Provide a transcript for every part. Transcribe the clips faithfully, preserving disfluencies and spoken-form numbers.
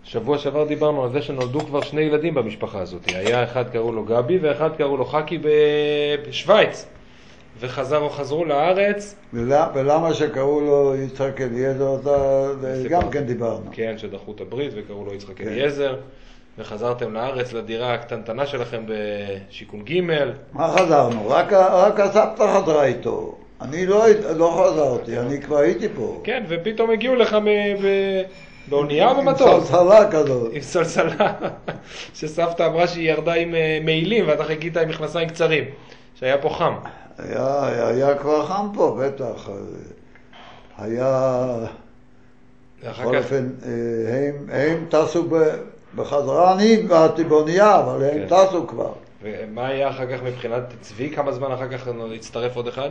שבוע שעבר דיברנו על זה שנולדו כבר שני ילדים במשפחה הזאת. היה אחד קראו לו גבי ואחד קראו לו חכי בשוויץ. וחזר או חזרו לארץ. ולמה שקראו לו יצחק אליעזר, גם כן דיברנו. כן, שדחו את הברית וקראו לו יצחק אליעזר. וחזרתם לארץ לדירה הקטנטנה שלכם בשיקום ג'. מה חזרנו? רק הסבתא חזרה איתו. אני לא חזרתי, אני כבר הייתי פה. כן, ופתאום הגיעו לך באונייה או במטוס? עם סלסלה כזאת. עם סלסלה, שסבתא אמרה שהיא ירדה עם מעילים ואתה חיכית עם מכנסיים קצרים, שהיה פה חם. היה, היה כבר חם פה, בטח. היה... בכל אופן, הם, הם טסו בחזרה, אני באתי באונייה, אבל הם כן. טסו כבר. ומה היה אחר כך מבחינת צבי? כמה זמן אחר כך הצטרף עוד אחד?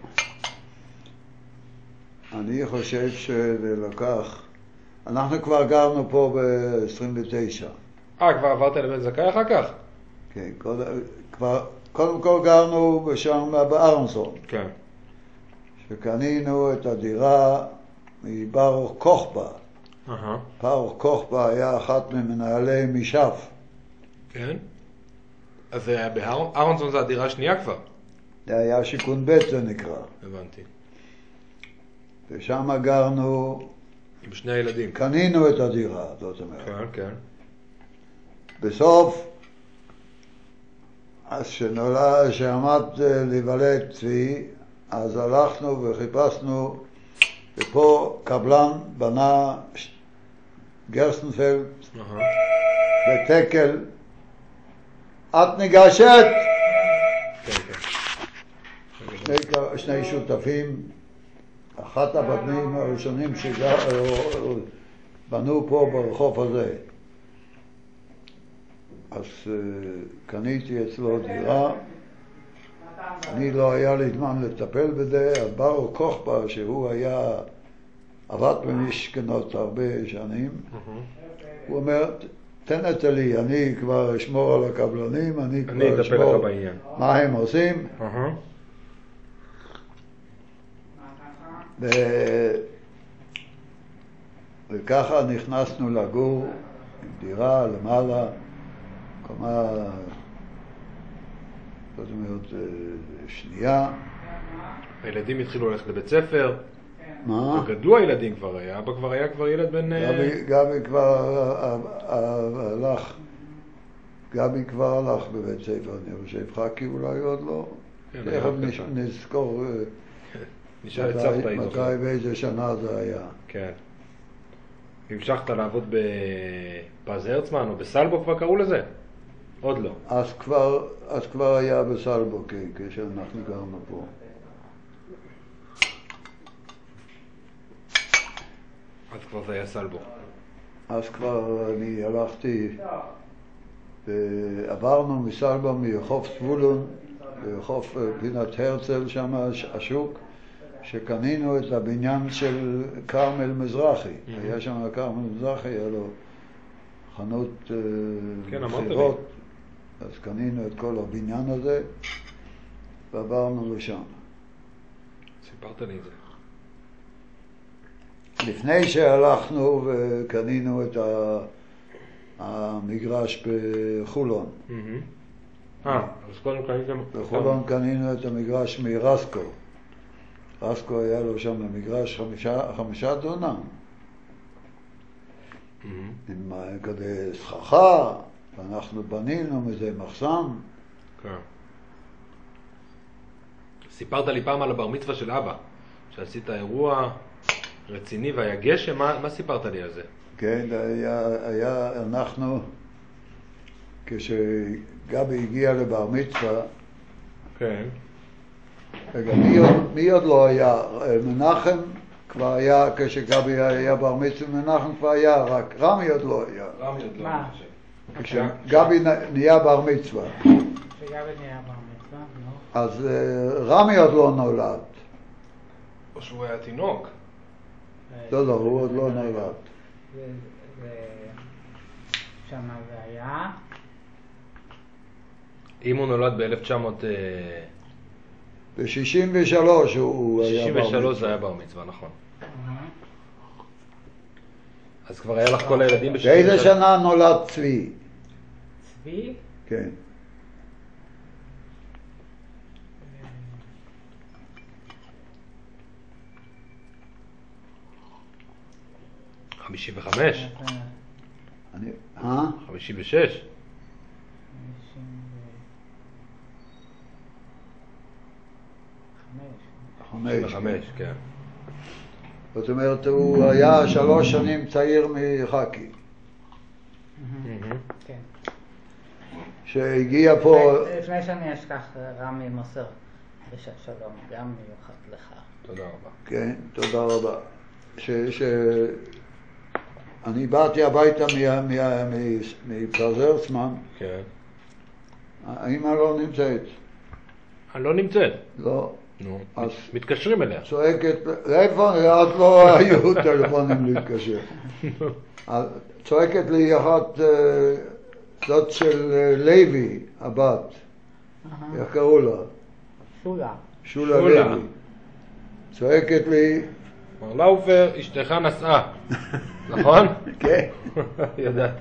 אני חושב שזה לקח... אנחנו כבר גרנו פה ב-עשרים ותשע. אה, כבר עברת לבית זכאי אחר כך? כן, קודם, כבר, קודם כל גרנו בשם בארנסון. כן. שקנינו את הדירה מברוך קוחבה. Uh-huh. ברוך קוחבה היה אחת ממנהלי משף. כן? אז זה היה בארנסון, זה הדירה השנייה כבר? זה היה שיכון ב' זה נקרא. הבנתי. ושם גרנו... עם שני הילדים. קנינו את הדירה, זאת אומרת. כן, כן. בסוף, אז שנולד, שעמד להיוולד צבי, אז הלכנו וחיפשנו, ופה קבלן בנה גרסנפלד uh-huh. ותקל. את ניגשת? כן, כן. שני, שני שותפים, אחת הבנים הראשונים שבנו פה ברחוב הזה. אז uh, קניתי אצלו דירה, אני לא היה לי זמן לטפל בזה, אז ברוך קוחבה שהוא היה, עבד במשכנות הרבה שנים, uh-huh. הוא אומר, תן את לי, אני כבר אשמור על הקבלנים, אני, אני כבר אשמור מה הם עושים. Uh-huh. ו... וככה נכנסנו לגור עם דירה למעלה, קומה, זאת אומרת, שנייה. הילדים התחילו ללכת לבית ספר. מה? גדלו הילדים כבר היה, אבא כבר היה כבר ילד בן... גבי, גבי כבר הלך, גבי כבר הלך בבית ספר, אני חושב, חכי אולי עוד לא. כן, תכף נזכור נשאל את סבתא מתי ואיזה שנה זה היה. כן. המשכת לעבוד בפז הרצמן או בסלבו כבר קראו לזה? עוד לא. אז כבר, אז כבר היה בסלבו, כן, כשאנחנו גרנו פה. אז כבר זה היה סלבו. אז כבר אני הלכתי, ועברנו מסלבו מרחוב צבולון, לרחוב פינת הרצל, שם השוק, שקנינו את הבניין של קרמל מזרחי. Mm-hmm. היה שם קרמל מזרחי, היה לו חנות כן, בחירות, אז קנינו את כל הבניין הזה, ועברנו לשם. סיפרת לי את זה. לפני שהלכנו וקנינו את המגרש בחולון. אה, אז קודם קניתם... בחולון קנינו את המגרש מרסקו. רסקו היה לו שם מגרש חמישה, חמישה דונם. עם כדי סככה, ואנחנו בנינו מזה מחסן. כן. סיפרת לי פעם על הבר מצווה של אבא, שעשית אירוע רציני והיה גשם, מה, מה סיפרת לי על זה? כן, היה, היה אנחנו, כשגבי הגיע לבר מצווה, כן. רגע, מי עוד, מי עוד לא היה? מנחם כבר היה, כשגבי היה בר מצווה, מנחם כבר היה, רק רמי עוד לא היה. רמי עוד לא היה. כשגבי נהיה בר מצווה. כשגבי נהיה בר מצווה, נו. אז רמי עוד לא נולד. או שהוא היה תינוק. לא, לא, הוא עוד לא נולד. שמה זה היה? אם הוא נולד ב-אלף תשע מאות... ב-שישים ושלוש הוא היה בר מצווה. שישים ושלוש זה היה בר מצווה, נכון. אז כבר היה לך כל הילדים ב-שישים באיזה ושש? שנה נולד צבי? צבי? כן. חמישים וחמש? אני, אה? חמישים ושש? חמישים וחמש, כן. זאת אומרת, הוא היה שלוש שנים צעיר מחקי. כן. שהגיע פה... לפני שאני אשכח, רמי מוסר דרישת שלום, גם מיוחד לך. תודה רבה. כן, תודה רבה. ש... ש... אני באתי הביתה מפרזרצמן, כן. האמא לא נמצאת. אני לא נמצאת. לא. נו, אז מתקשרים אליה. צועקת, איפה? אז לא היו טלפונים להתקשר. אז צועקת לי אחת, זאת של לוי, הבת. איך קראו לה? שולה. שולה שולה. לוי. צועקת לי... מר לאופר, אשתך נסעה. נכון? כן. ידעתי.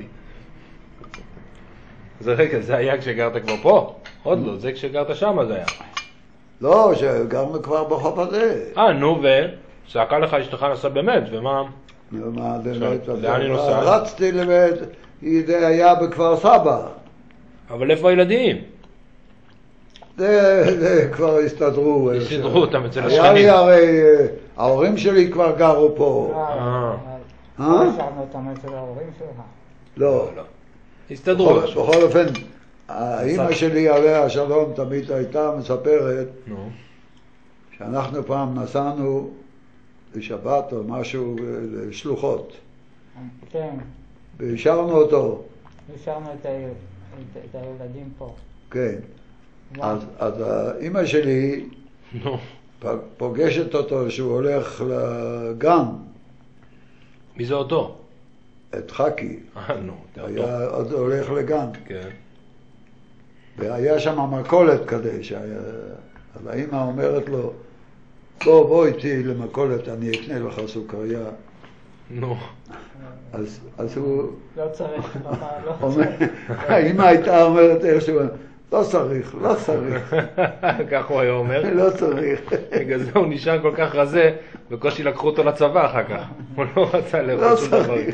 זה רגע, זה היה כשגרת כבר פה? עוד לא, זה כשגרת שם זה היה. לא, שגרנו כבר בחוף הזה. אה, נו, ו... צעקה לך אשתך נסעה באמת, ומה? מה באמת? לאן היא נוסעת? רצתי לבית, זה היה בכפר סבא. אבל איפה הילדים? זה, זה כבר הסתדרו. הסתדרו אותם אצל היה השכנים. לי הרי, ההורים שלי כבר גרו פה. אה. לא השארנו אותם אצל ההורים שלך. לא. לא. הסתדרו. בכל, בכל אופן, האמא שלי עליה השלום תמיד הייתה מספרת נו. שאנחנו פעם נסענו בשבת או משהו לשלוחות. כן, והשארנו אותו. השארנו את הילד- את- את הילדים פה. כן. וואו. אז, אז האמא שלי נו. פ- פוגשת אותו שהוא הולך לגן, מי זה אותו? את חקי. אה, נו, זה אותו. היה עוד הולך לגן. כן. והיה שם מכולת כזה, שהיה... אז האמא אומרת לו, בוא, בוא איתי למכולת, אני אקנה לך סוכריה. נו. אז, אז הוא לא צריך, לא לא אומר, צריך. האמא הייתה אומרת איכשהו, לא צריך, לא צריך, כך הוא היה אומר. לא צריך. בגלל זה הוא נשאר כל כך רזה, בקושי לקחו אותו לצבא אחר כך. הוא לא רצה לא לאכול שום דבר. צריך.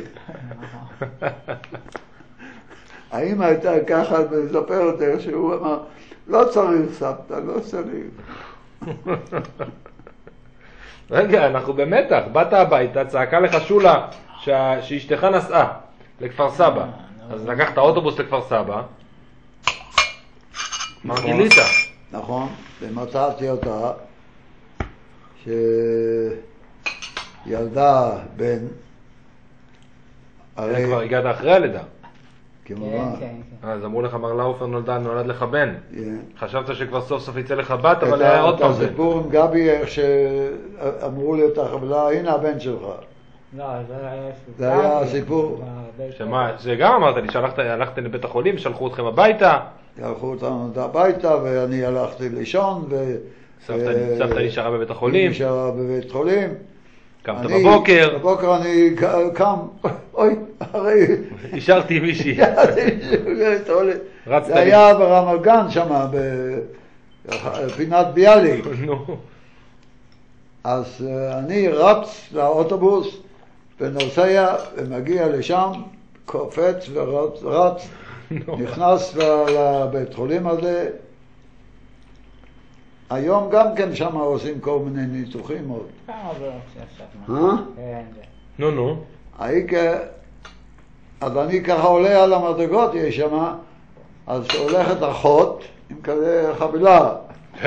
האמא הייתה ככה מספרת איכשהו, אמר, לא צריך סבתא, לא צריך. רגע, אנחנו במתח. באת הביתה, צעקה לך שולה שה- שאשתך נסעה לכפר סבא. אז לקחת אוטובוס לכפר סבא. מה נכון. גילית? נכון, ומצאתי אותה שילדה בן, הרי כבר הגעת אחרי הלידה. כן, כמובן, כן, כן. אז אמרו לך, מר לאופר נולדה, נולד לך בן. כן. חשבת שכבר סוף סוף יצא לך בת, אבל את היה ה- עוד את פעם בן. הסיפור עם גבי, איך שאמרו לי את החבלה, הנה הבן שלך. לא, זה היה זה היה הסיפור. שמה, זה גם אמרת לי, שהלכת- הלכתם לבית החולים, שלחו אתכם הביתה. הלכו אותנו הביתה ואני הלכתי לישון ו... סבתא ו- סבתא נשארה בבית היא החולים, נשארה בבית חולים. קמת אני- בבוקר, בבוקר אני ק- קם, אוי, הרי... השארתי מישהי. רצת זה לי. היה ברמת גן שם, בפינת ביאליק. נו, אז אה, אני רץ לאוטובוס ונוסע ומגיע לשם, קופץ ורץ, רץ, נו. נכנס ל- לבית חולים הזה. היום גם כן שם עושים כל מיני ניתוחים עוד. כמה עבודות שעכשיו. אה? כן, זה. נו, נו. הייתי, אז אני ככה עולה על המדרגות, יש שם, אז הולכת אחות עם כזה חבילה.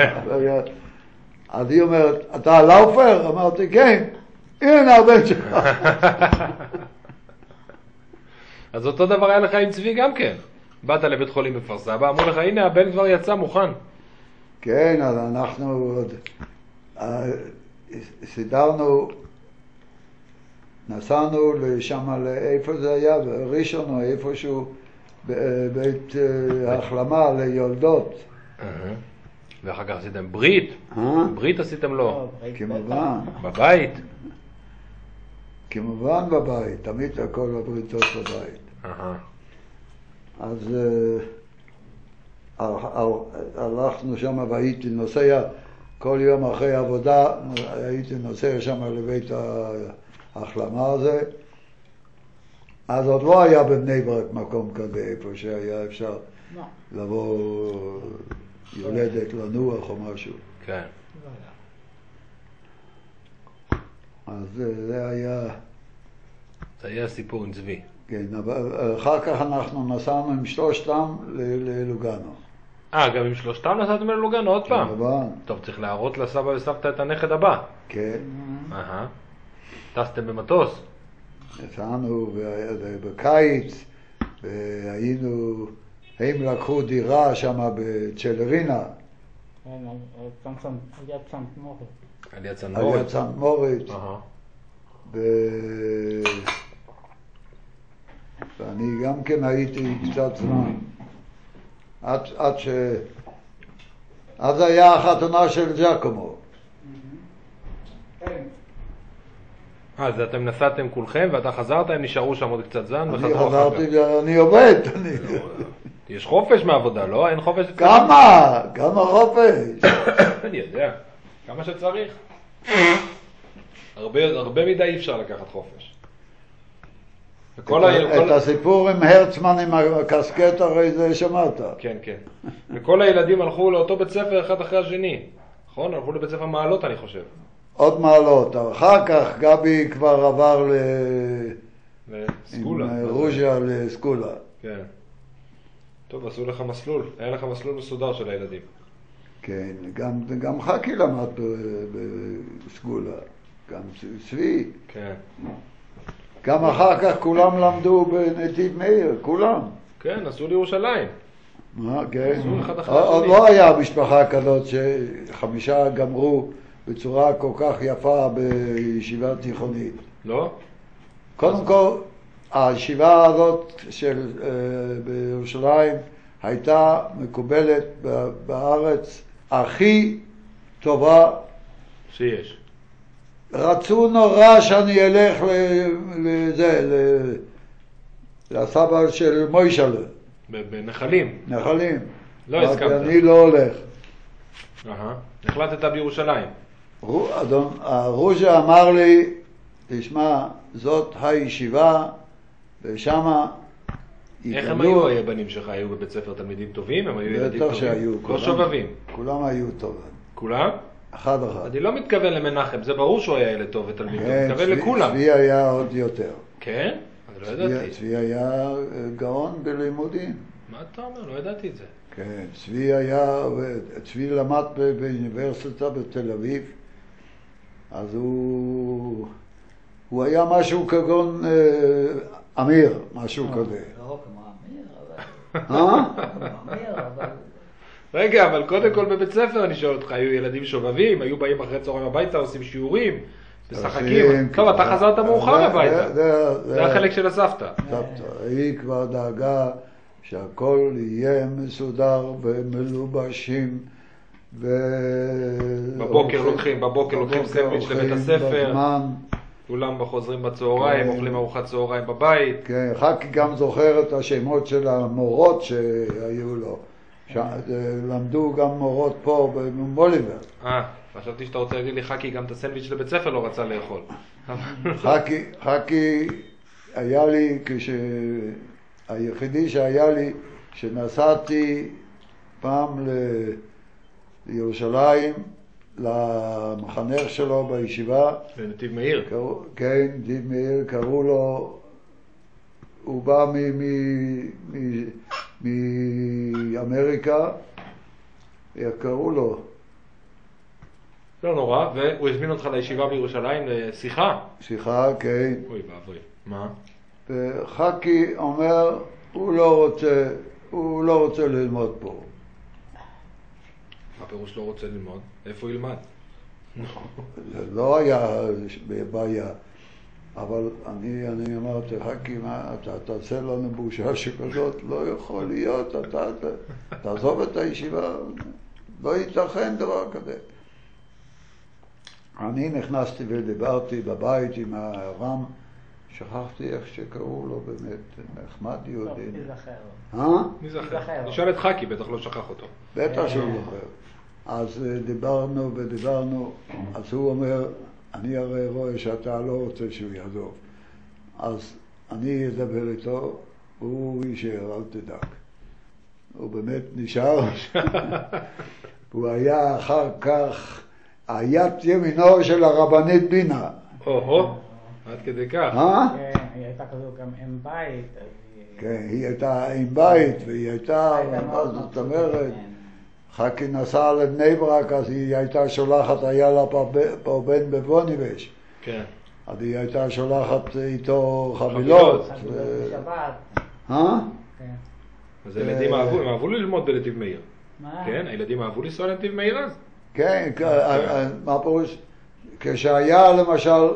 אז היא אומרת, אתה לאופר? אמרתי, כן. הנה הבן שלך. אז אותו דבר היה לך עם צבי גם כן. באת לבית חולים בכפר סבא, אמרו לך, הנה הבן כבר יצא מוכן. כן, אז אנחנו עוד אה, סידרנו, נסענו לשם, לאיפה זה היה, ראשון או איפשהו, בבית אה, החלמה ליולדות. ואחר כך עשיתם ברית, אה? ברית עשיתם לו, לא, ברית כמובן. בבית. כמובן בבית, תמיד הכל הבריתות בבית. אהה. אז uh, הלכנו שם והייתי נוסע, כל יום אחרי עבודה הייתי נוסע שם לבית ההחלמה הזה. אז עוד לא היה בבני ברק מקום כזה, איפה שהיה אפשר לא. לבוא יולדת לנוח או משהו. כן. אז זה היה... זה היה סיפור עם צבי. כן, אבל אחר כך אנחנו נסענו עם שלושתם ללוגנו. אה, גם עם שלושתם נסעתם ללוגנו עוד פעם? כמובן. טוב, צריך להראות לסבא וסבתא את הנכד הבא. כן. אהה. טסתם במטוס? נסענו בקיץ, והיינו, הם לקחו דירה שם בצ'לרינה. כן, על יד סנט מוריץ. על יד סנט על מוריץ? יד סנט מוריץ. אהה. ו... ואני גם כן הייתי קצת זמן. עד, עד ש... אז היה החתונה של ג'קומו. אה, אז אתם נסעתם כולכם ואתה חזרת, הם נשארו שם עוד קצת זמן אני וחזרו אחר כך. חזרתי, אני עובד. אני... יש חופש מעבודה, לא? אין חופש? כמה? כמה חופש? אני יודע. כמה שצריך. הרבה, הרבה מדי אי אפשר לקחת חופש. וכל ה... את כל... הסיפור עם הרצמן עם הקסקט הרי זה שמעת. כן, כן. וכל הילדים הלכו לאותו בית ספר אחד אחרי השני. נכון? הלכו לבית ספר מעלות, אני חושב. עוד מעלות. אחר כך גבי כבר עבר ל... לסקולה. עם רוז'ה לסקולה. כן. טוב, עשו לך מסלול. היה לך מסלול מסודר של הילדים. כן, גם, גם חכי למד בסגולה, גם צבי. כן. גם אחר כך כולם למדו בנתיב מאיר, כולם. כן, נסעו לירושלים. מה, כן. נסעו אחד אחרי עוד השני. לא היה משפחה כזאת שחמישה גמרו בצורה כל כך יפה בישיבה תיכונית. לא? קודם כל, הישיבה הזאת של uh, בירושלים הייתה מקובלת בארץ הכי טובה. שיש. רצו נורא שאני אלך לזה, לסבא של מוישלה. בנחלים. נחלים. לא הסכמת. אני לא הולך. אהה. החלטת בירושלים. אדון, הרוז'ה אמר לי, תשמע, זאת הישיבה, ושמה איך הם היו היבנים שלך? היו בבית ספר תלמידים טובים? הם היו ילדים טובים? בטח שהיו. לא שובבים. כולם היו טובים. כולם? אחד אחד. אני לא מתכוון למנחם, זה ברור שהוא היה ילד טוב ותלמיד טוב, כן, מתכוון לכולם. צבי היה עוד יותר. כן? אני לא ידעתי. צבי היה גאון בלימודים. מה אתה אומר? לא ידעתי את זה. כן, צבי היה, צבי למד באוניברסיטה בתל אביב, אז הוא, הוא היה משהו כגון אה, אמיר, משהו כזה. לא כמו אמיר, אבל... אה? כמו אמיר, אבל... רגע, אבל קודם כל בבית ספר אני שואל אותך, היו ילדים שובבים, היו באים אחרי צהריים הביתה, עושים שיעורים, משחקים. טוב, אתה חזרת מאוחר הביתה. זה החלק של הסבתא. סבתא, היא כבר דאגה שהכל יהיה מסודר ומלובשים בבוקר לוקחים, בבוקר לוקחים סנדוויץ' לבית הספר. כולם חוזרים בצהריים, אוכלים ארוחת צהריים בבית. כן, חכי גם זוכר את השמות של המורות שהיו לו. למדו גם מורות פה במוליבר. אה, חשבתי שאתה רוצה להגיד לי חכי גם את הסנדוויץ' לבית ספר לא רצה לאכול. חכי, חכי היה לי כש... היחידי שהיה לי שנסעתי פעם לירושלים למחנך שלו בישיבה. בנתיב מאיר? קראו, כן, נתיב מאיר, קראו לו, הוא בא מאמריקה, קראו לו. לא נורא, והוא הזמין אותך לישיבה בירושלים לשיחה? שיחה, כן. אוי ואבוי, מה? וחכי אומר, הוא לא רוצה, הוא לא רוצה ללמוד פה. מה פירוש לא רוצה ללמוד? איפה הוא ילמד? זה לא היה בעיה, אבל אני, אני אמרתי, חכי, מה, אתה תעשה לנו בושה שכזאת, לא יכול להיות, אתה, אתה תעזוב את הישיבה, לא ייתכן דבר כזה. אני נכנסתי ודיברתי בבית עם הרם, שכחתי איך שקראו לו באמת, נחמד יהודי. טוב, תזכר. אה? נזכר. נשאל את חכי, בטח לא שכח אותו. בטח שהוא זוכר. אז דיברנו ודיברנו, אז הוא אומר, אני הרי רואה שאתה לא רוצה שהוא יעזוב. אז אני אדבר איתו, הוא יישאר, אל תדאג. הוא באמת נשאר. הוא היה אחר כך היד ימינו של הרבנית בינה. או-הו, עד כדי כך. אה? כן, היא הייתה כזו גם עם בית. כן, היא הייתה עם בית, והיא הייתה, מה זאת אומרת, חכי נסע לבני ברק, אז היא הייתה שולחת, היה לה פה בן בבוניבש. כן. אז היא הייתה שולחת איתו חבילות. בשבת. אה? כן. אז הילדים אהבו, הם אהבו ללמוד בנתיב מאיר. מה? כן, הילדים אהבו לנסוע לנתיב מאיר אז. כן, מה פירוש? כשהיה למשל,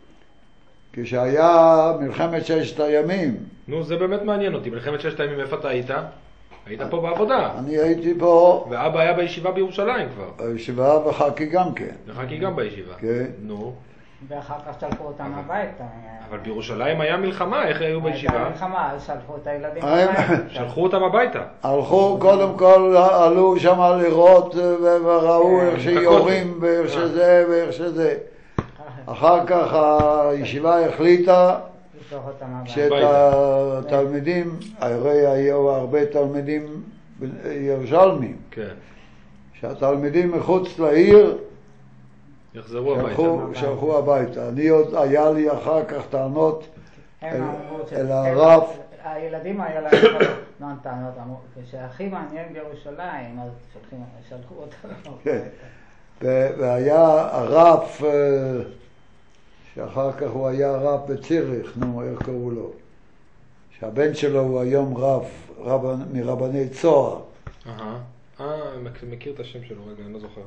כשהיה מלחמת ששת הימים. נו, זה באמת מעניין אותי. מלחמת ששת הימים, איפה אתה היית? היית פה בעבודה. אני הייתי פה. ואבא היה בישיבה בירושלים כבר. בישיבה וחכי גם כן. וחכי גם בישיבה. כן. נו. ואחר כך שלחו אותם הביתה. אבל בירושלים היה מלחמה, איך היו בישיבה? הייתה מלחמה, אז שלחו את הילדים הביתה. שלחו אותם הביתה. הלכו, קודם כל עלו שם לראות וראו איך שיורים ואיך שזה ואיך שזה. אחר כך הישיבה החליטה שאת התלמידים, הרי היו הרבה תלמידים ירושלמים, שהתלמידים מחוץ לעיר יחזרו הביתה. שלחו הביתה. אני עוד, היה לי אחר כך טענות אל הרב. הילדים היה להם לא טענות, כשהכי מעניין בירושלים, אז שלחו אותם. כן. והיה הרב, שאחר כך הוא היה רב בציריך, נו, איך קראו לו? שהבן שלו הוא היום רב, רב מרבני צוהר. אהה, אה, מכיר את השם שלו, רגע, אני לא זוכר.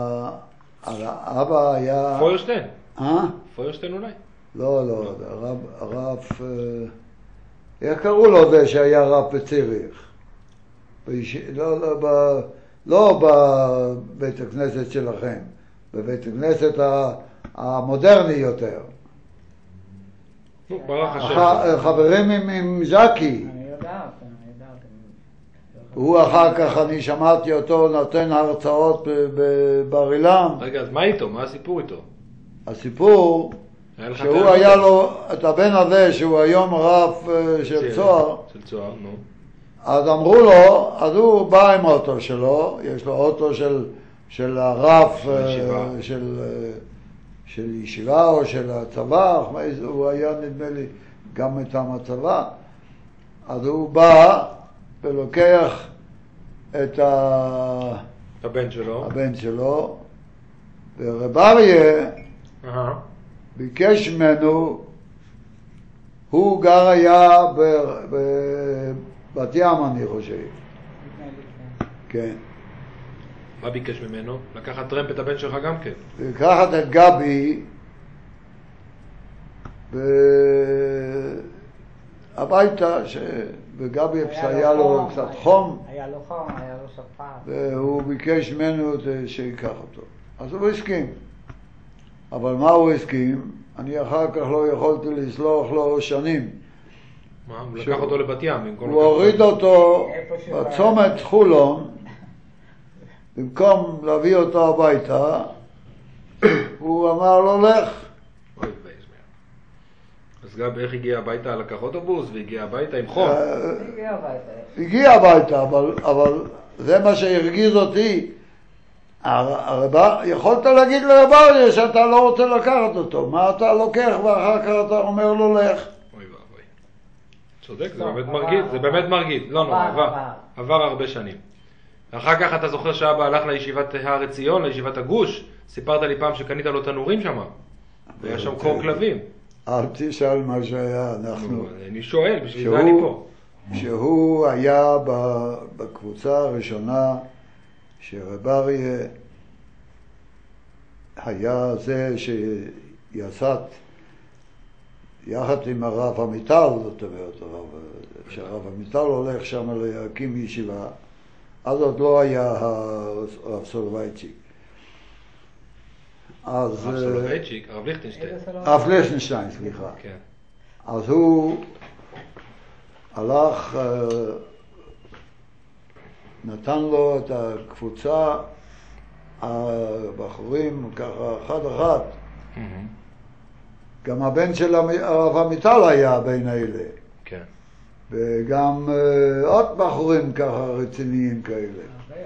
האבא היה... פוירשטיין? אה? פוירשטיין אולי? לא, לא, הרב, הרב... איך קראו לו זה שהיה רב בציריך? לא, לא, ב... לא בבית הכנסת שלכם, בבית הכנסת המודרני יותר. נו, ברח השם. חברים עם ז'קי. אני יודעת, אני יודעת. הוא אחר כך, אני שמעתי אותו נותן הרצאות בבר אילן. רגע, אז מה איתו? מה הסיפור איתו? הסיפור, שהוא היה לו את הבן הזה, שהוא היום רב של צוהר. של צוהר, נו. אז אמרו לו, אז הוא בא עם אוטו שלו, יש לו אוטו של, של הרב, של, של, של ישיבה או של הצבא, הוא היה נדמה לי גם מטעם הצבא. אז הוא בא ולוקח את ה... הבן שלו, הבן שלו, ורב אריה ביקש ממנו, הוא גר היה ב... ב... בת ים אני חושב. כן. מה ביקש ממנו? לקחת טרמפ את הבן שלך גם כן? לקחת את גבי הביתה, וגבי היה לו קצת חום. היה לו חום, היה לו שפעת. והוא ביקש ממנו שיקח אותו. אז הוא הסכים. אבל מה הוא הסכים? אני אחר כך לא יכולתי לסלוח לו שנים. מה? הוא לקח אותו לבת ים. הוא הוריד אותו בצומת חולון, במקום להביא אותו הביתה, הוא אמר לו לך. אוי ואיזמר. אז גבי איך הגיע הביתה? לקח אוטובוס והגיע הביתה עם חום? הגיע הביתה. הגיע הביתה, אבל זה מה שהרגיז אותי. יכולת להגיד לרב אריה שאתה לא רוצה לקחת אותו. מה אתה לוקח ואחר כך אתה אומר לו לך? צודק, זה באמת מרגיד, זה באמת מרגיד. לא נורא, עבר, עבר הרבה שנים. אחר כך אתה זוכר שאבא הלך לישיבת הר עציון, לישיבת הגוש, סיפרת לי פעם שקנית לו תנורים שם, והיה שם קור כלבים. אל תשאל מה שהיה, אנחנו... אני שואל, בשביל זה אני פה. שהוא היה בקבוצה הראשונה, שרב אריה היה זה שיסד יחד עם הרב עמיטל, זאת אומרת, שהרב עמיטל הולך שם להקים ישיבה, אז עוד לא היה הרב סולובייצ'יק. אז... הרב סולובייצ'יק, הרב ליכטנשטיין. הרב ליכטנשטיין, סליחה. כן. אז הוא הלך, נתן לו את הקבוצה, הבחורים ככה אחד אחד. גם הבן של הרב עמיטל היה בין אלה. כן. וגם עוד בחורים ככה רציניים כאלה.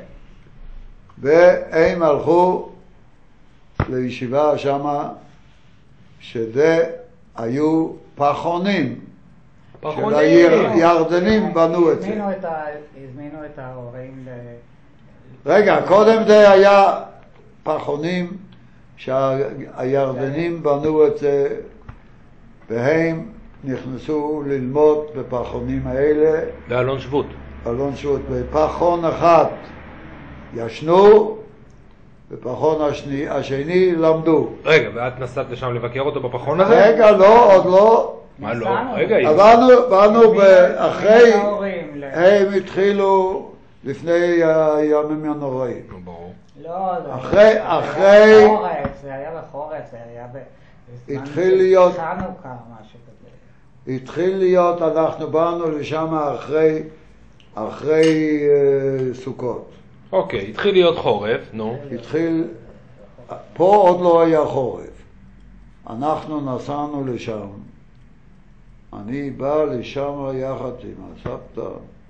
והם הלכו לישיבה שמה, שזה היו פחונים. פחונים. של הירדנים בנו את זה. הזמינו את ההורים ל... רגע, קודם זה היה פחונים שהירדנים בנו את זה, והם נכנסו ללמוד בפחונים האלה. באלון שבות. אלון שבות. בפחון אחד ישנו, בפחון השני, השני למדו. רגע, ואת נסעת לשם לבקר אותו בפחון הזה? רגע, לא, עוד לא. מה לא? רגע, באנו, באנו אחרי, הם התחילו לפני הימים הנוראים. ברור. לא, אחרי, אחרי... בחורף, זה היה בחורף, זה היה בזמן התחיל להיות... חנוכה, משהו כזה. התחיל להיות, אנחנו באנו לשם אחרי, אחרי uh, סוכות. אוקיי, התחיל להיות חורף, נו. התחיל, פה עוד לא היה חורף. אנחנו נסענו לשם. אני בא לשם יחד עם הסבתא,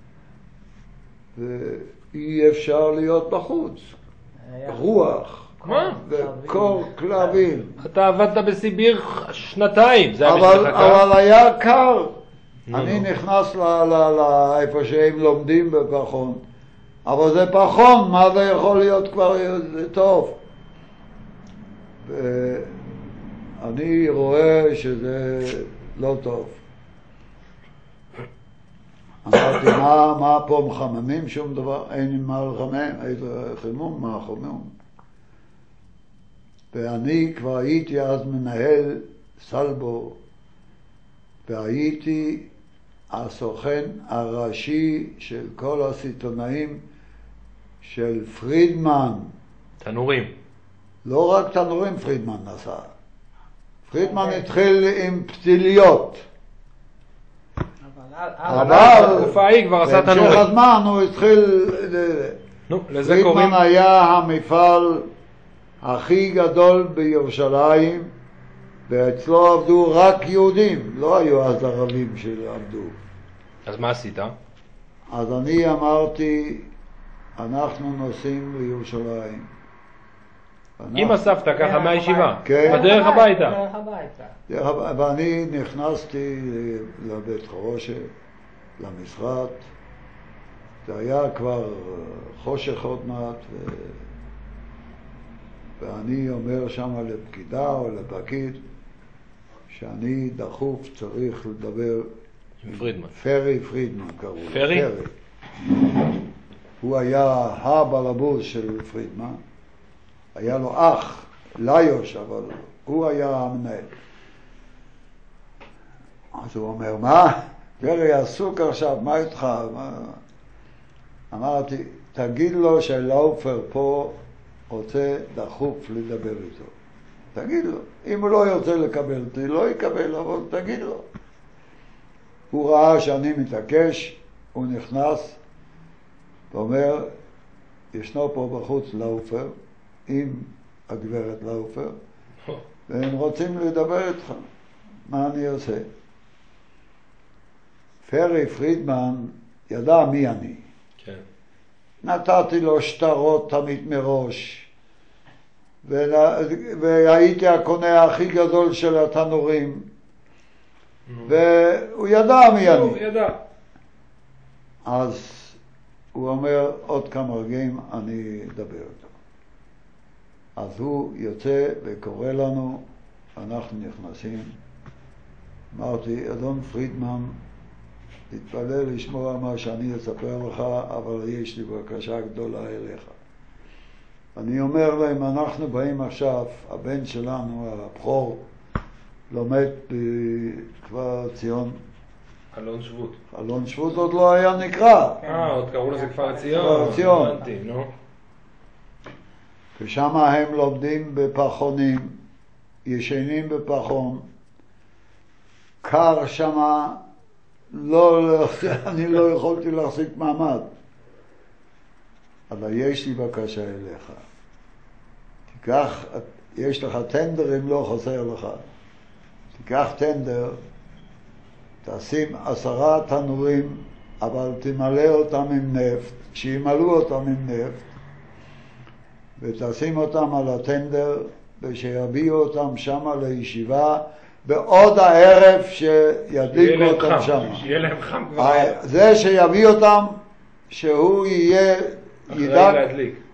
ואי אפשר להיות בחוץ. רוח. מה? וקור כלבים. אתה עבדת בסיביר שנתיים, זה היה אבל, בשבילך קר? אבל היה קר. נו, אני נו. נכנס לאיפה שהם לומדים בפחון. אבל זה פחון, מה זה יכול להיות כבר טוב? ואני רואה שזה לא טוב. אמרתי, מה, מה פה מחממים? שום דבר, אין מה לחמם, איזה חימום, מה חימום? ואני כבר הייתי אז מנהל סלבו, והייתי הסוכן הראשי של כל הסיטונאים של פרידמן. תנורים. לא רק תנורים פרידמן נסע. פרידמן התחיל עם פתיליות. אבל בתקופה ההיא כבר עשה תנורים. בהמשך הזמן הוא התחיל... נו, לזה קוראים... פרידמן היה המפעל הכי גדול בירושלים, ואצלו עבדו רק יהודים, לא היו אז ערבים שעבדו. אז מה עשית? אז אני אמרתי, אנחנו נוסעים לירושלים. עם הסבתא ככה מהישיבה? כן. בדרך הביתה? דרך הביתה. דרך הביתה. ואני נכנסתי לבית חרושת, למשרד. זה היה כבר חושך עוד מעט, ו... ואני אומר שם לפקידה או לפקיד, שאני דחוף צריך לדבר עם פרידמן. פרי פרידמן קראו לו. פרי? פרי. הוא היה הבלבוס של פרידמן. היה לו אח, ליוש, אבל הוא היה המנהל. אז הוא אומר, מה? פרי עסוק עכשיו, מה איתך? מה? אמרתי, תגיד לו שלאופר פה רוצה דחוף לדבר איתו. תגיד לו. אם הוא לא ירצה לקבל אותי, לא יקבל, אבל תגיד לו. הוא ראה שאני מתעקש, הוא נכנס, ואומר, ישנו פה בחוץ לאופר, עם הגברת לאופר, והם רוצים לדבר איתך. מה אני עושה? פרי פרידמן ידע מי אני. כן. נתתי לו שטרות תמיד מראש, והייתי הקונה הכי גדול של התנורים, והוא ידע מי אני. הוא ידע. אז הוא אומר, עוד כמה רגעים אני אדבר איתו. אז הוא יוצא וקורא לנו, אנחנו נכנסים. אמרתי, אדון פרידמן, תתפלא לשמוע מה שאני אספר לך, אבל יש לי בקשה גדולה אליך. אני אומר להם, אנחנו באים עכשיו, הבן שלנו, הבכור, לומד בכפר ציון. אלון שבות. אלון שבות עוד לא היה נקרא. אה, עוד קראו לזה כפר ציון. כפר ציון. הבנתי, נו. ושם הם לומדים בפחונים, ישנים בפחון, קר שם, לא, אני לא יכולתי להחזיק מעמד. אבל יש לי בקשה אליך. תיקח, יש לך טנדר אם לא חסר לך. תיקח טנדר, תשים עשרה תנורים, אבל תמלא אותם עם נפט, שימלאו אותם עם נפט, ותשים אותם על הטנדר, ושיביאו אותם שם לישיבה, בעוד הערב שידליקו אותם שם. שיהיה להם חם כבר. זה שיביא אותם, שהוא יהיה, ידאג,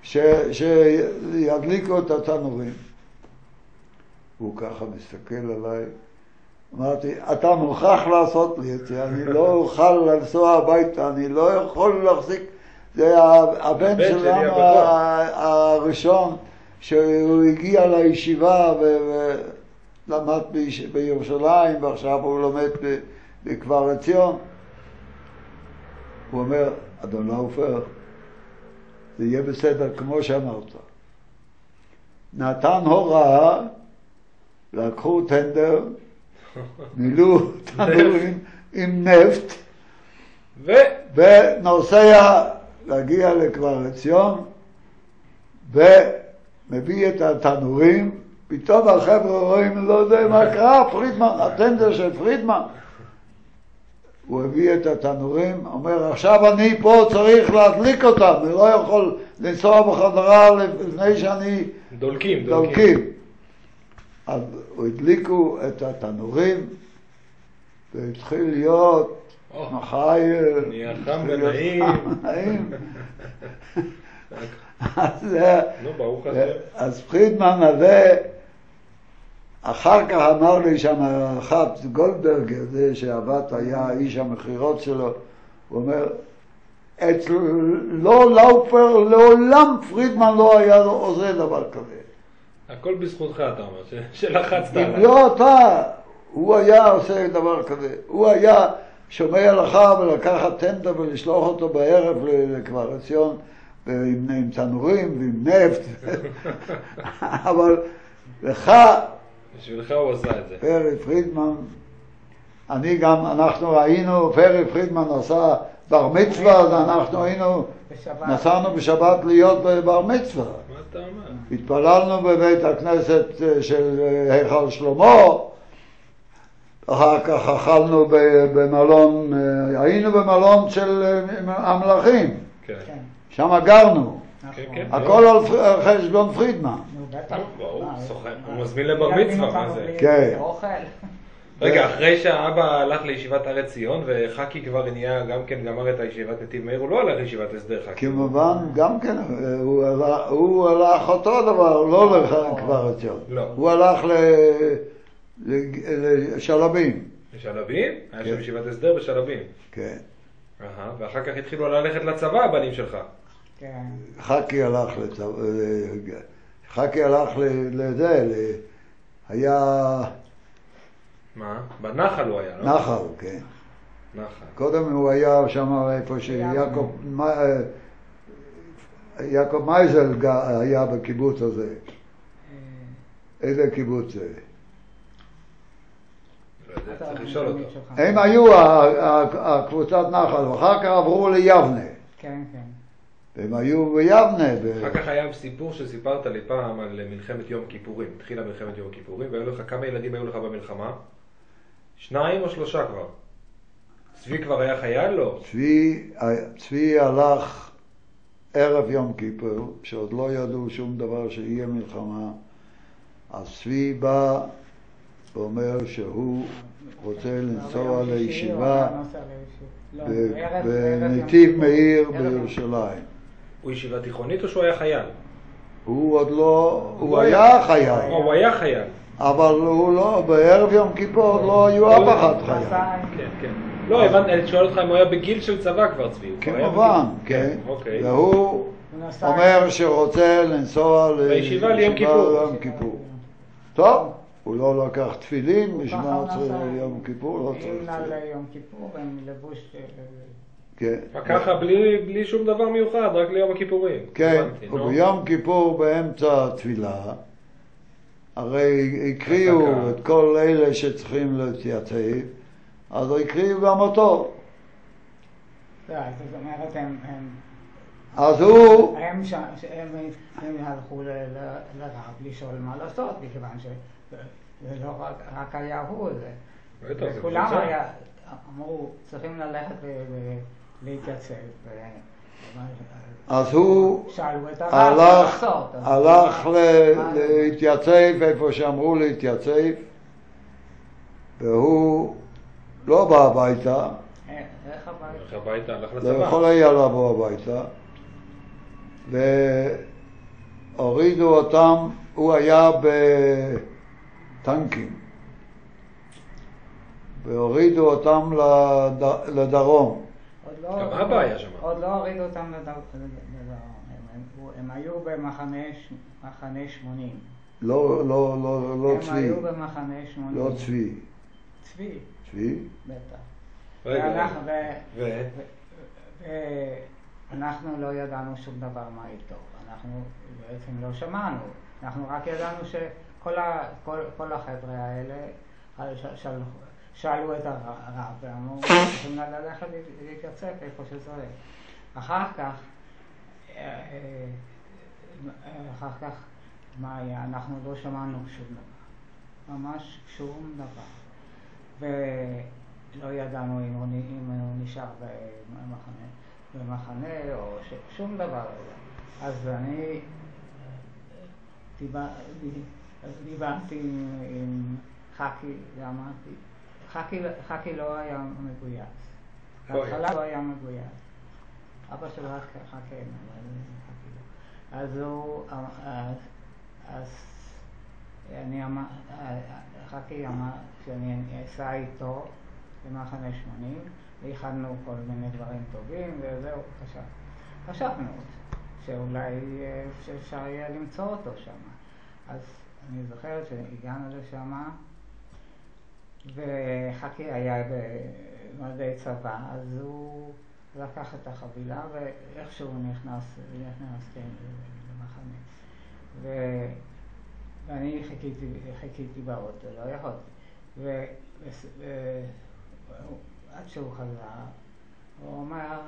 שידליקו את התנורים. הוא ככה מסתכל עליי, אמרתי, אתה מוכרח לעשות לי את זה, אני לא אוכל לנסוע הביתה, אני לא יכול להחזיק, זה הבן שלנו הראשון, שהוא הגיע לישיבה ולמד בירושלים, ועכשיו הוא לומד בכפר עציון. הוא אומר, אדון לאופר, זה יהיה בסדר כמו שאמרת. נתן הוראה, לקחו טנדר, מילאו תנורים עם נפט, ו... ונוסע להגיע לכפר עציון, ומביא את התנורים, פתאום החבר'ה רואים, לא יודע מה קרה, פרידמן, הטנדר של פרידמן. הוא הביא את התנורים, אומר, עכשיו אני פה צריך להדליק אותם, אני לא יכול לנסוע בחזרה לפני שאני... דולקים, דולקים. דולקים. אז הוא הדליקו את התנורים, והתחיל להיות מחייל. נהיה חם ונעים. אז פרידמן הזה, אחר כך אמר לי שם אחת גולדברג, זה שעבד היה איש המחירות שלו, הוא אומר, אצל לא לאופר, לעולם פרידמן לא היה עושה דבר כזה. הכל בזכותך אתה אומר, שלחצת עליו. אם לא אתה, הוא היה עושה דבר כזה. הוא היה שומע לך ולקחת טנדר ולשלוח אותו בערב לכפר עציון עם, עם תנורים ועם נפט. אבל לך... בשבילך הוא עשה את זה. פרי פרידמן, אני גם, אנחנו ראינו, פרי פרידמן עשה בר מצווה, אז אנחנו היינו, נסענו בשבת להיות בבר מצווה. מה אתה אומר? התפללנו בבית הכנסת של היכל שלמה, אחר כך אכלנו במלון, היינו במלון של המלכים, כן. שם גרנו, כן, כן. הכל על חשבון פרידמן. הוא מזמין לבר מצווה, מה זה? כן. רגע, אחרי שהאבא הלך לישיבת הר עציון, וחקי כבר נהיה גם כן גמר את הישיבת נתיב מאיר, הוא לא הלך לישיבת הסדר חקי. כמובן, גם כן, הוא הלך אותו דבר, לא לכפר עציון. הוא הלך לשלבים. לשלבים? היה שם ישיבת הסדר בשלבים. כן. ואחר כך התחילו ללכת לצבא, הבנים שלך. כן. חקי הלך לצבא, חקי הלך לזה, היה... מה? בנחל הוא היה, לא? נחל, כן. נחל. קודם הוא היה שם איפה שיעקב יעקב מייזל היה בקיבוץ הזה. איזה קיבוץ זה? לא יודע, צריך לשאול אותו. הם היו הקבוצת נחל, ואחר כך עברו ליבנה. כן, כן. והם היו ביבנה. אחר כך היה סיפור שסיפרת לי פעם על מלחמת יום כיפורים. התחילה מלחמת יום כיפורים, והיו לך, כמה ילדים היו לך במלחמה? שניים או שלושה כבר? צבי כבר היה חייל? לא? צבי, צבי הלך ערב יום כיפור, שעוד לא ידעו שום דבר שיהיה מלחמה. אז צבי בא ואומר שהוא רוצה לנסוע לישיבה בנתיב מאיר בירושלים. הוא ישיבה תיכונית או שהוא היה חייל? הוא עוד לא, הוא היה חייל. הוא היה חייל. אבל הוא לא, בערב יום כיפור עוד לא היו אף אחד חייל. כן, כן. לא, הבנתי, אני שואל אותך אם הוא היה בגיל של צבא כבר, צבי. כמובן, כן. והוא אומר שרוצה לנסוע לישיבה ליום כיפור. טוב, הוא לא לקח תפילין, בשביל יום כיפור, לא צריך תפילין. אם ליום כיפור, הם לבוש... כן. ככה, בלי, בלי שום דבר מיוחד, רק ליום הכיפורים. כן, הבנתי, וביום כיפור באמצע התפילה, הרי הקריאו את כל אלה שצריכים להתייצב, אז הקריאו גם אותו. זאת אומרת, הם... אז הוא... הם, ש... הם, הם הלכו ל... לרב לשאול מה לעשות, מכיוון שזה לא רק, רק היה הוא, זה... וכולם היה, אמרו, צריכים ללכת ל... להתייצב. אז הוא שאלו את הלך, הלך להתייצב איפה שאמרו להתייצב, והוא לא בא הביתה. איך הביתה? איך הביתה? הלך לצבא. לא יכול היה לבוא הביתה. והורידו אותם, הוא היה בטנקים. והורידו אותם לדרום. גם אבא היה שם. עוד לא הורידו אותם לדרום. הם היו במחנה שמונים. לא, לא, לא, לא צבי. הם היו במחנה שמונים. לא צבי. צבי? צבי? בטח. רגע, ו? ואנחנו לא ידענו שום דבר מה איתו. אנחנו בעצם לא שמענו. אנחנו רק ידענו שכל החבר'ה האלה שאלו את הרב ואמרו, צריכים ללכת להתייצב איפה שצריך. אחר כך, אחר כך, מה היה? אנחנו לא שמענו שום דבר. ממש שום דבר. ולא ידענו אם הוא, אם הוא נשאר במחנה, במחנה או ש, שום דבר. אז אני דיבר, דיברתי עם, עם חכי ואמרתי, חכי, חכי לא היה מגויס. בהתחלה לא היה מגויס. אבא שלו רק חכי, אבל חכי לא. אז הוא, אז אני אמר, חכי אמר שאני אסע איתו במחנה שמונים, והכנו כל מיני דברים טובים, וזהו, חשב. חשבנו שאולי אפשר יהיה למצוא אותו שם. אז אני זוכרת שהגענו לשם, וחכי היה במדי צבא, אז הוא לקח את החבילה, ואיכשהו נכנס, נכנס למחנה. ו... ואני חיכיתי, חיכיתי באוטו, לא יכולתי. ועד שהוא חזר, הוא אומר,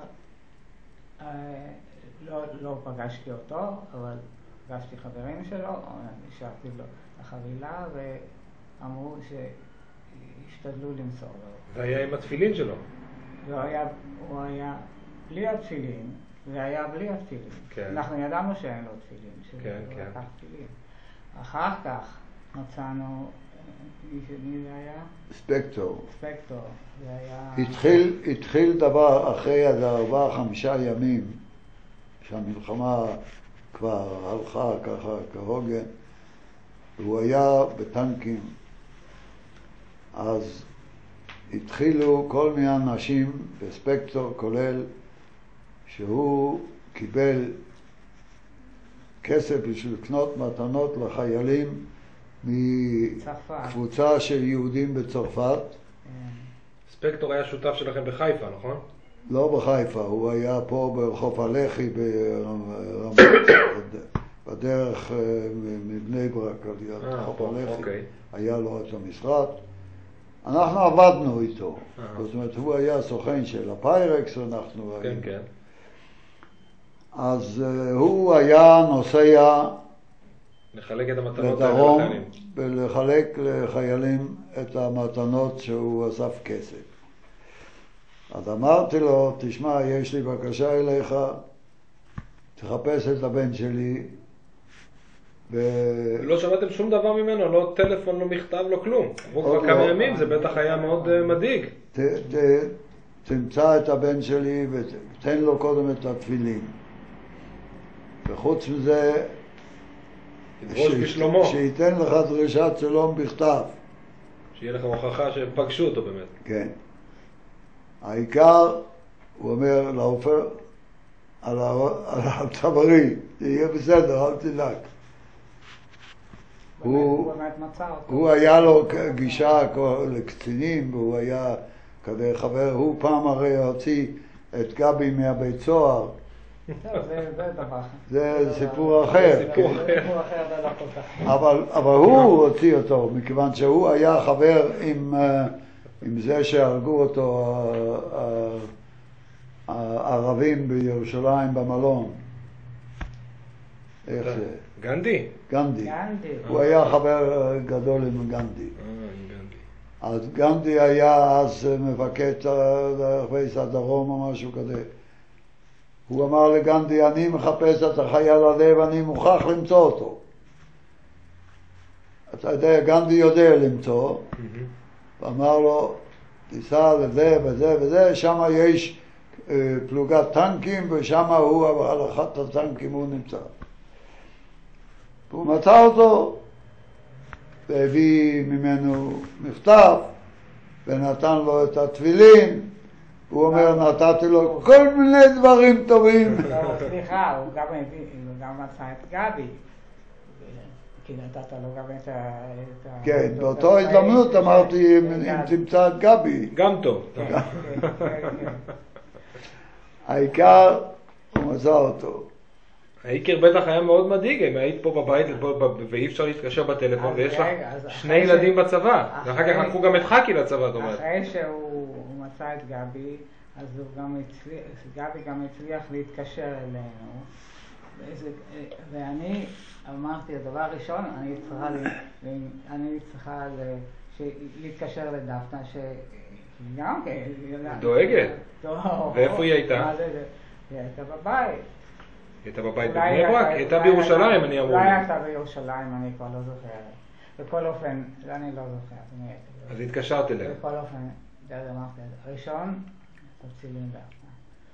לא, לא פגשתי אותו, אבל פגשתי חברים שלו, נשארתי לו החבילה, ואמרו שהשתדלו למסור לו. והיה עם התפילין שלו? הוא היה, הוא היה בלי התפילין, והיה בלי התפילין. כן. אנחנו ידענו שאין לו תפילין, שהוא כן, לא כן. לקח תפילין. אחר כך מצאנו, מי זה היה? ספקטור. ספקטור. זה היה... התחיל, התחיל דבר אחרי עד ארבעה, חמישה ימים, שהמלחמה כבר הלכה ככה כהוגן, והוא היה בטנקים. אז התחילו כל מיני אנשים, בספקטור כולל, שהוא קיבל כסף בשביל לקנות מתנות לחיילים מקבוצה של יהודים בצרפת. ספקטור היה שותף שלכם בחיפה, נכון? לא בחיפה, הוא היה פה ברחוב הלח"י בדרך מבני ברק על יד רחוב הלח"י. היה לו את המשרד. אנחנו עבדנו איתו. זאת אומרת, הוא היה סוכן של הפיירקס, אנחנו... כן, כן. אז uh, הוא היה נוסע לחלק את המתנות לדרום לחיילים. ולחלק לחיילים את המתנות שהוא אסף כסף. אז אמרתי לו, תשמע, יש לי בקשה אליך, תחפש את הבן שלי. ו... לא שמעתם שום דבר ממנו, לא טלפון, לא מכתב, לא כלום. עברו כבר כמה ימים, זה בטח היה מאוד uh, מדאיג. ת, ת, תמצא את הבן שלי ותן לו קודם את התפילין. וחוץ מזה, תדרוש בשלומו. שייתן לך דרישת שלום בכתב. שיהיה לך הוכחה שפגשו אותו באמת. כן. העיקר, הוא אומר לעופר, על הצווארי, תהיה בסדר, אל תדאג. הוא, הוא היה לו גישה לקצינים, והוא היה כזה חבר, הוא פעם הרי הוציא את גבי מהבית סוהר. זה דבר. זה סיפור אחר. סיפור אחר. אבל הוא הוציא אותו, מכיוון שהוא היה חבר עם זה שהרגו אותו הערבים בירושלים במלון. איך זה? גנדי? גנדי. הוא היה חבר גדול עם גנדי. אז גנדי היה אז מפקד רחבי הדרום או משהו כזה. הוא אמר לגנדי, אני מחפש את החייל הזה ואני מוכרח למצוא אותו. אתה יודע, גנדי יודע למצוא. ואמר לו, תיסע לזה וזה וזה, שם יש פלוגת טנקים ושם הוא, על אחת הטנקים הוא נמצא. והוא מצא אותו והביא ממנו מכתב ונתן לו את התפילין. הוא אומר, נתתי לו כל מיני דברים טובים. סליחה, הוא גם מצא את גבי. כי נתת לו גם את ה... כן, באותו הזדמנות אמרתי, אם תמצא את גבי. גם טוב. העיקר, הוא מצא אותו. העיקר בטח היה מאוד מדאיג, אם היית פה בבית ואי אפשר להתקשר בטלפון ויש לך שני ילדים בצבא, ואחר כך לקחו גם את חכי לצבא, זאת אומרת. אחרי שהוא מצא את גבי, אז גבי גם הצליח להתקשר אלינו, ואני אמרתי, הדבר הראשון, אני צריכה להתקשר לדפנה, שגם כן... דואגת? ואיפה היא הייתה? היא הייתה בבית. היא הייתה בבית בבני ברק? היא הייתה בירושלים, אני אמור. אולי הייתה בירושלים, אני כבר לא זוכרת. בכל אופן, אני לא זוכרת. אז התקשרת אליה. בכל אופן, זה אמרתי, ראשון, תפצילים דפנה.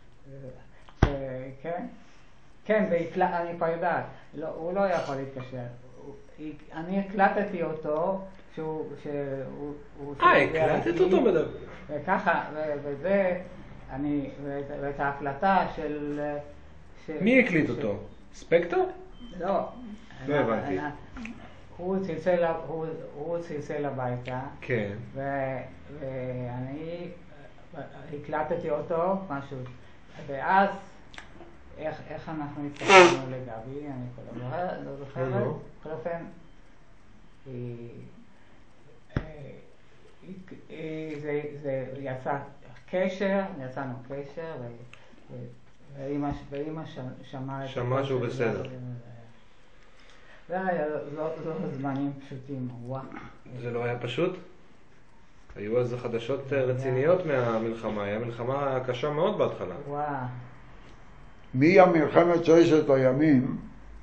כן? כן, אני כבר יודעת. הוא לא יכול להתקשר. אני הקלטתי אותו, שהוא... אה, הקלטת אותו מדבר. וככה, וזה, אני, ואת ההקלטה של... מי הקליט אותו? ספקטור? לא. לא הבנתי. הוא צלצל הביתה. כן. ואני הקלטתי אותו, משהו. ואז, איך אנחנו התקשרנו לגבי, אני לא זוכרת. בכל אופן, זה יצא קשר, יצאנו קשר, ואמא שמעה... שמעה שהוא בסדר. זה היה לא זמנים פשוטים, וואו. זה לא היה פשוט? היו אז חדשות רציניות מהמלחמה, היה מלחמה קשה מאוד בהתחלה. וואו. מהמלחמת ששת הימים,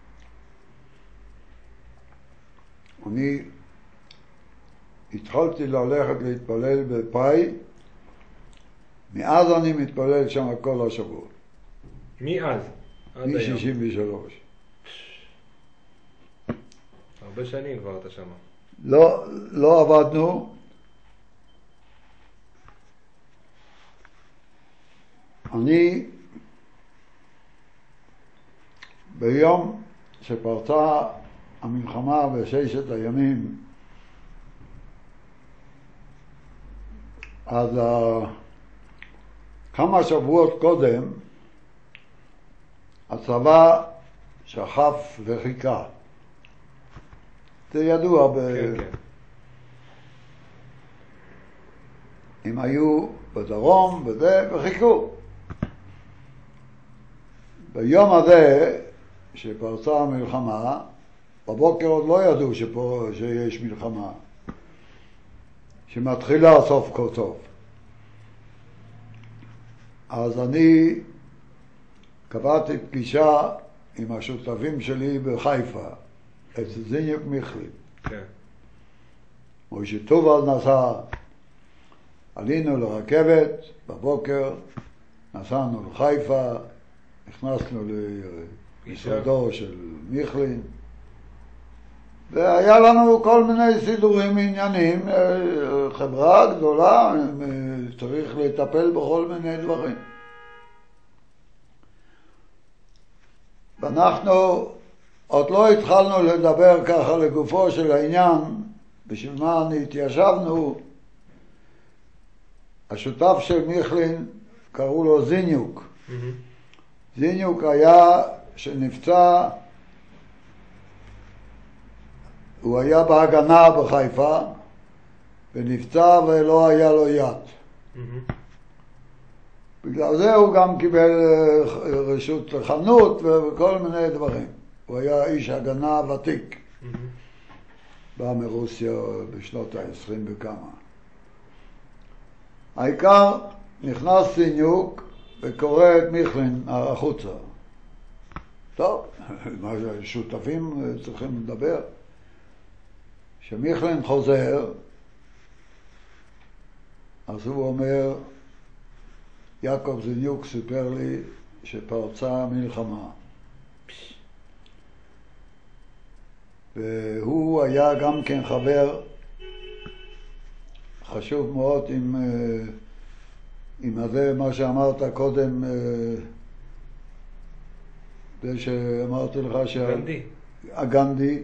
אני התחלתי ללכת להתפלל בפאי, מאז אני מתפלל שם כל השבוע. מאז? מ-שישים ושלוש. הרבה שנים כבר אתה שם. לא, לא עבדנו. אני ביום שפרצה המלחמה בששת הימים, אז כמה שבועות קודם הצבא שכב וחיכה. זה ידוע. ב... כן, כן. הם היו בדרום וזה, וחיכו. ביום הזה שפרצה המלחמה, בבוקר עוד לא ידעו שפה, שיש מלחמה, שמתחילה סוף כל סוף. אז אני קבעתי פגישה עם השותפים שלי בחיפה, אצל זיניוק מיכלין. כן. מוישה טובל נסע, עלינו לרכבת בבוקר, נסענו לחיפה, נכנסנו למשרדו של מיכלין, והיה לנו כל מיני סידורים עניינים, חברה גדולה, צריך לטפל בכל מיני דברים. ואנחנו עוד לא התחלנו לדבר ככה לגופו של העניין, בשביל מה אני התיישבנו. השותף של מיכלין קראו לו זיניוק. Mm-hmm. זיניוק היה שנפצע, הוא היה בהגנה בחיפה, ונפצע ולא היה לו יד. Mm-hmm. בגלל זה הוא גם קיבל רשות לחנות וכל מיני דברים. הוא היה איש הגנה ותיק. Mm-hmm. בא מרוסיה בשנות ה-עשרים וכמה. העיקר נכנס סיניוק וקורא את מיכלין החוצה. טוב, מה שותפים צריכים לדבר. כשמיכלין חוזר, אז הוא אומר, יעקב זיניוק סיפר לי שפרצה מלחמה. והוא היה גם כן חבר חשוב מאוד עם, עם הזה, מה שאמרת קודם, זה שאמרתי לך גנדי. הגנדי,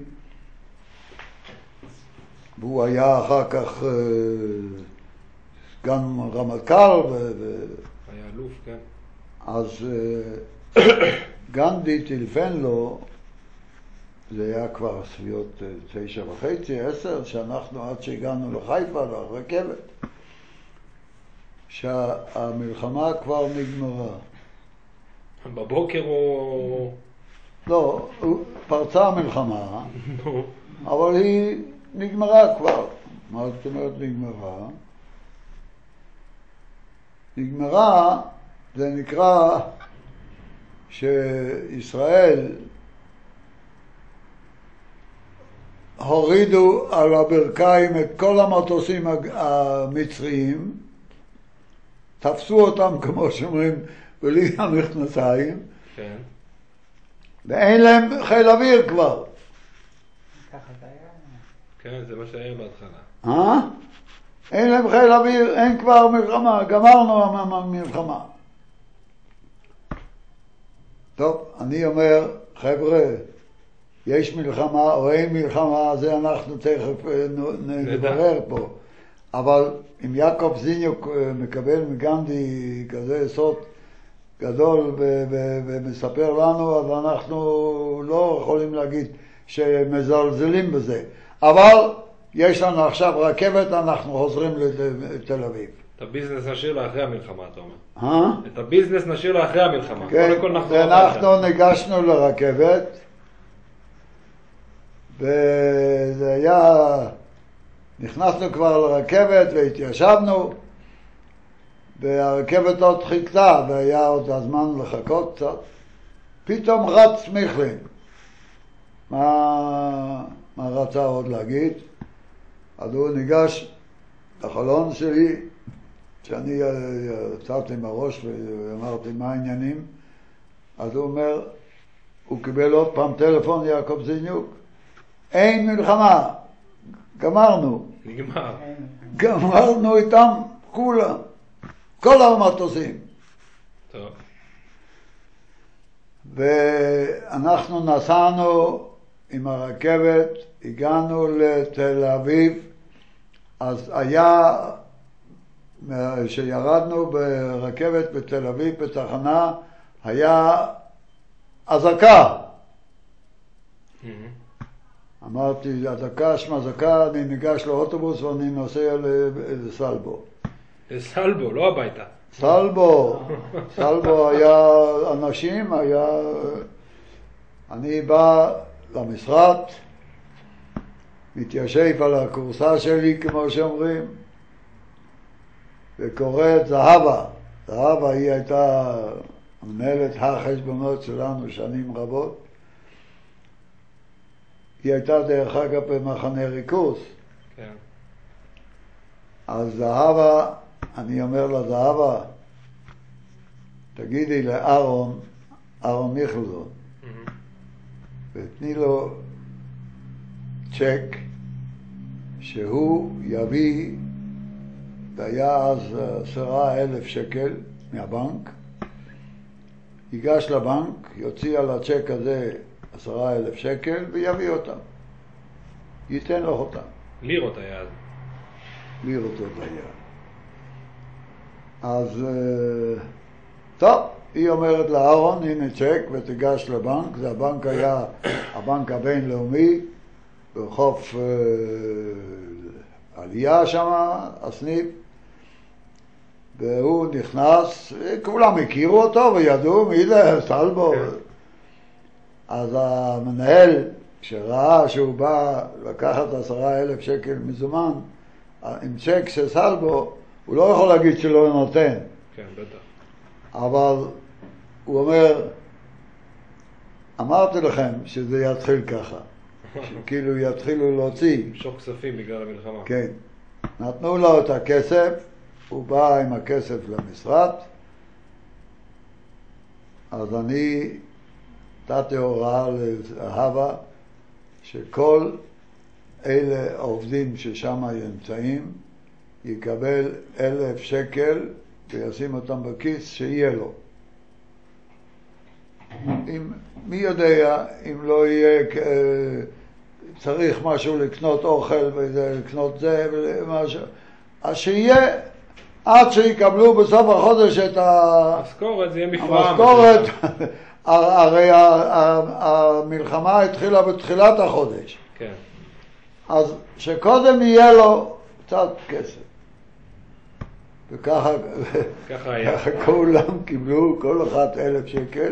והוא היה אחר כך סגן רמטכ"ל ו... היה אלוף, כן. אז גנדי טלפן לו, זה היה כבר סביבות תשע וחצי, עשר, שאנחנו עד שהגענו לחיפה, לרכבת, שהמלחמה כבר נגמרה. בבוקר או... לא, פרצה המלחמה, אבל היא נגמרה כבר. מה זאת אומרת נגמרה? נגמרה, זה נקרא שישראל הורידו על הברכיים את כל המטוסים המצריים, תפסו אותם כמו שאומרים בלי המכנסיים, כן. ואין להם חיל אוויר כבר. ככה זה היה. כן, זה מה שהיה בהתחלה. אה? אין להם חיל אוויר, אין כבר מלחמה, גמרנו המלחמה. טוב, אני אומר, חבר'ה, יש מלחמה או אין מלחמה, זה אנחנו תכף נברר פה. אבל אם יעקב זיניוק מקבל מגנדי כזה סוד גדול ומספר לנו, אז אנחנו לא יכולים להגיד שמזלזלים בזה. אבל יש לנו עכשיו רכבת, אנחנו חוזרים לתל אביב. את הביזנס נשאיר לאחרי המלחמה, אתה אומר. אה? את הביזנס נשאיר לאחרי המלחמה. כן, ואנחנו ניגשנו לרכבת, וזה היה, נכנסנו כבר לרכבת והתיישבנו, והרכבת עוד חיכתה, והיה עוד הזמן לחכות קצת. פתאום רץ מיכלין. מה, מה רצה עוד להגיד? אז הוא ניגש לחלון שלי, שאני יצאתי מהראש ואמרתי מה העניינים, אז הוא אומר, הוא קיבל עוד פעם טלפון, יעקב זיניוק, אין מלחמה, גמרנו. נגמר. גמרנו איתם כולם, כל המטוסים. טוב. ואנחנו נסענו עם הרכבת, הגענו לתל אביב, אז היה, שירדנו ברכבת בתל אביב בתחנה, היה אזעקה. אמרתי, אזעקה, שמזעקה, אני ניגש לאוטובוס ואני נוסע לסלבו. לסלבו, לא הביתה. סלבו, סלבו היה אנשים, היה... אני בא למשרד, מתיישב על הקורסה שלי, כמו שאומרים, וקורא את זהבה. זהבה היא הייתה מנהלת החשבונות שלנו שנים רבות. היא הייתה דרך אגב במחנה ריכוז. כן. אז זהבה, אני אומר לה, זהבה, תגידי לארון, ארון מיכלזון, Mm-hmm. ותני לו צ'ק שהוא יביא, זה היה אז עשרה אלף שקל מהבנק, ייגש לבנק, יוציא על הצ'ק הזה עשרה אלף שקל ויביא אותם. ייתן לו אותם. לירות היה אז. לירות עוד היה. אז טוב, היא אומרת לאהרון, הנה צ'ק ותיגש לבנק, זה הבנק היה הבנק הבינלאומי בחוף עלייה שם, הסניף, והוא נכנס, כולם הכירו אותו וידעו מי זה, סלבו. אז המנהל שראה שהוא בא לקחת עשרה אלף שקל מזומן עם צ'ק של סלבו, הוא לא יכול להגיד שלא נותן. כן, בטח. אבל הוא אומר, אמרתי לכם שזה יתחיל ככה, שכאילו יתחילו להוציא. משוך כספים בגלל המלחמה. כן. נתנו לו את הכסף, הוא בא עם הכסף למשרד, אז אני נתתי הוראה להווה שכל אלה העובדים ששם נמצאים יקבל אלף שקל וישים אותם בכיס שיהיה לו. אם, מי יודע אם לא יהיה צריך משהו לקנות אוכל ולקנות זה ומשהו, אז שיהיה עד שיקבלו בסוף החודש את המשכורת, זה יהיה מפרם. המשכורת, הרי המלחמה התחילה בתחילת החודש. כן. אז שקודם יהיה לו קצת כסף. וככה ככה היה. כולם קיבלו כל אחת אלף שקל.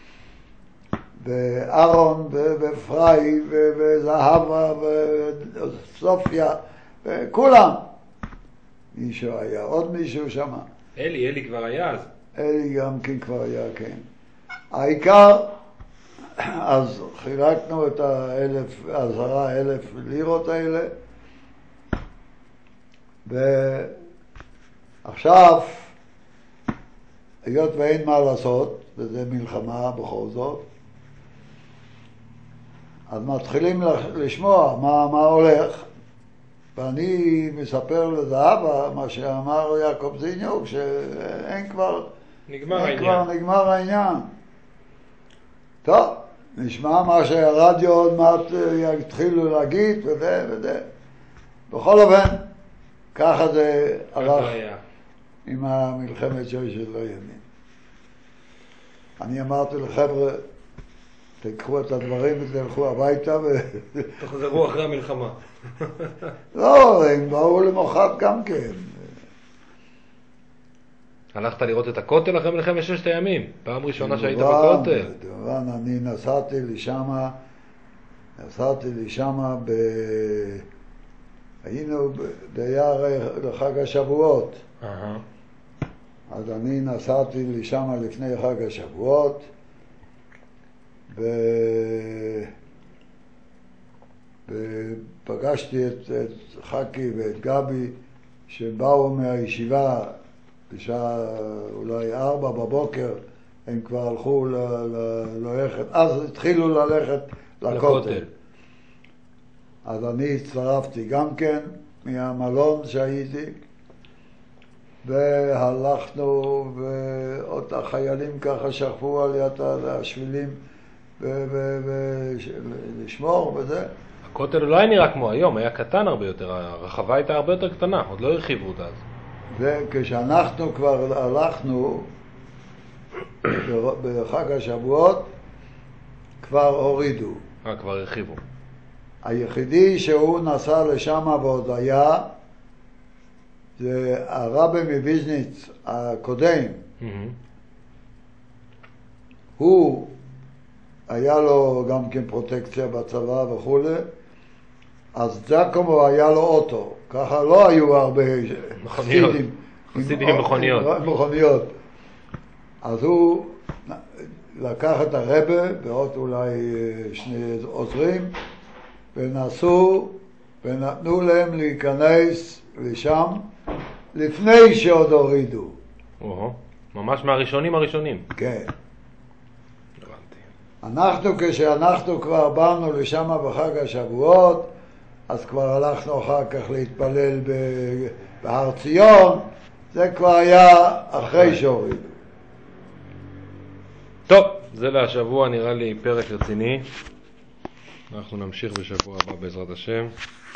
ואהרון ופראי וזהבה וסופיה וכולם. מישהו היה, עוד מישהו שם. אלי, אלי כבר היה אז. אלי גם כן כבר היה, כן. העיקר, אז חילקנו את האלף, עשרה אלף לירות האלה, ועכשיו, היות ואין מה לעשות, וזה מלחמה בכל זאת, אז מתחילים לשמוע מה, מה הולך, ואני מספר לזהבה מה שאמר יעקב זיניוק, שאין כבר, נגמר אין העניין. כבר נגמר העניין. טוב, נשמע מה שהרדיו עוד מעט יתחילו להגיד וזה וזה. בכל אופן, ככה זה הלך עם המלחמת ששת הימים. אני אמרתי לחבר'ה, תקחו את הדברים ותלכו הביתה ו... תחזרו אחרי המלחמה. לא, הם באו למוחרת גם כן. הלכת לראות את הכותל אחרי מלחמת ששת הימים? פעם ראשונה שהיית בכותל. כמובן, אני נסעתי לשם, נסעתי לשם ב... היינו ביער לחג השבועות. אז אני נסעתי לשם לפני חג השבועות, ו... ופגשתי את, את חכי ואת גבי שבאו מהישיבה בשעה אולי ארבע בבוקר, הם כבר הלכו ל... ל... ללכת, אז התחילו ללכת לכותל. אז אני הצטרפתי גם כן מהמלון שהייתי, והלכנו, ועוד החיילים ככה שכבו על יד השבילים ולשמור וזה. הכותל לא היה נראה כמו היום, היה קטן הרבה יותר, הרחבה הייתה הרבה יותר קטנה, עוד לא הרחיבו אותה אז. וכשאנחנו כבר הלכנו בחג השבועות, כבר הורידו. אה, כבר הרחיבו. היחידי שהוא נסע לשם ועוד היה, זה הרבי מוויז'ניץ הקודם. Mm-hmm. הוא, היה לו גם כן פרוטקציה בצבא וכו', אז ג'קומו היה לו אוטו, ככה לא היו הרבה חסידים. חסידים עם מכוניות. מכוניות. אז הוא לקח את הרבה ועוד אולי שני עוזרים, ונסעו ונתנו להם להיכנס לשם לפני שעוד הורידו. אוהו, ממש מהראשונים הראשונים. כן. אנחנו, כשאנחנו כבר באנו לשם בחג השבועות, אז כבר הלכנו אחר כך להתפלל בהר ציון, זה כבר היה אחרי שהורידו. טוב, זה להשבוע נראה לי פרק רציני. אנחנו נמשיך בשבוע הבא בעזרת השם.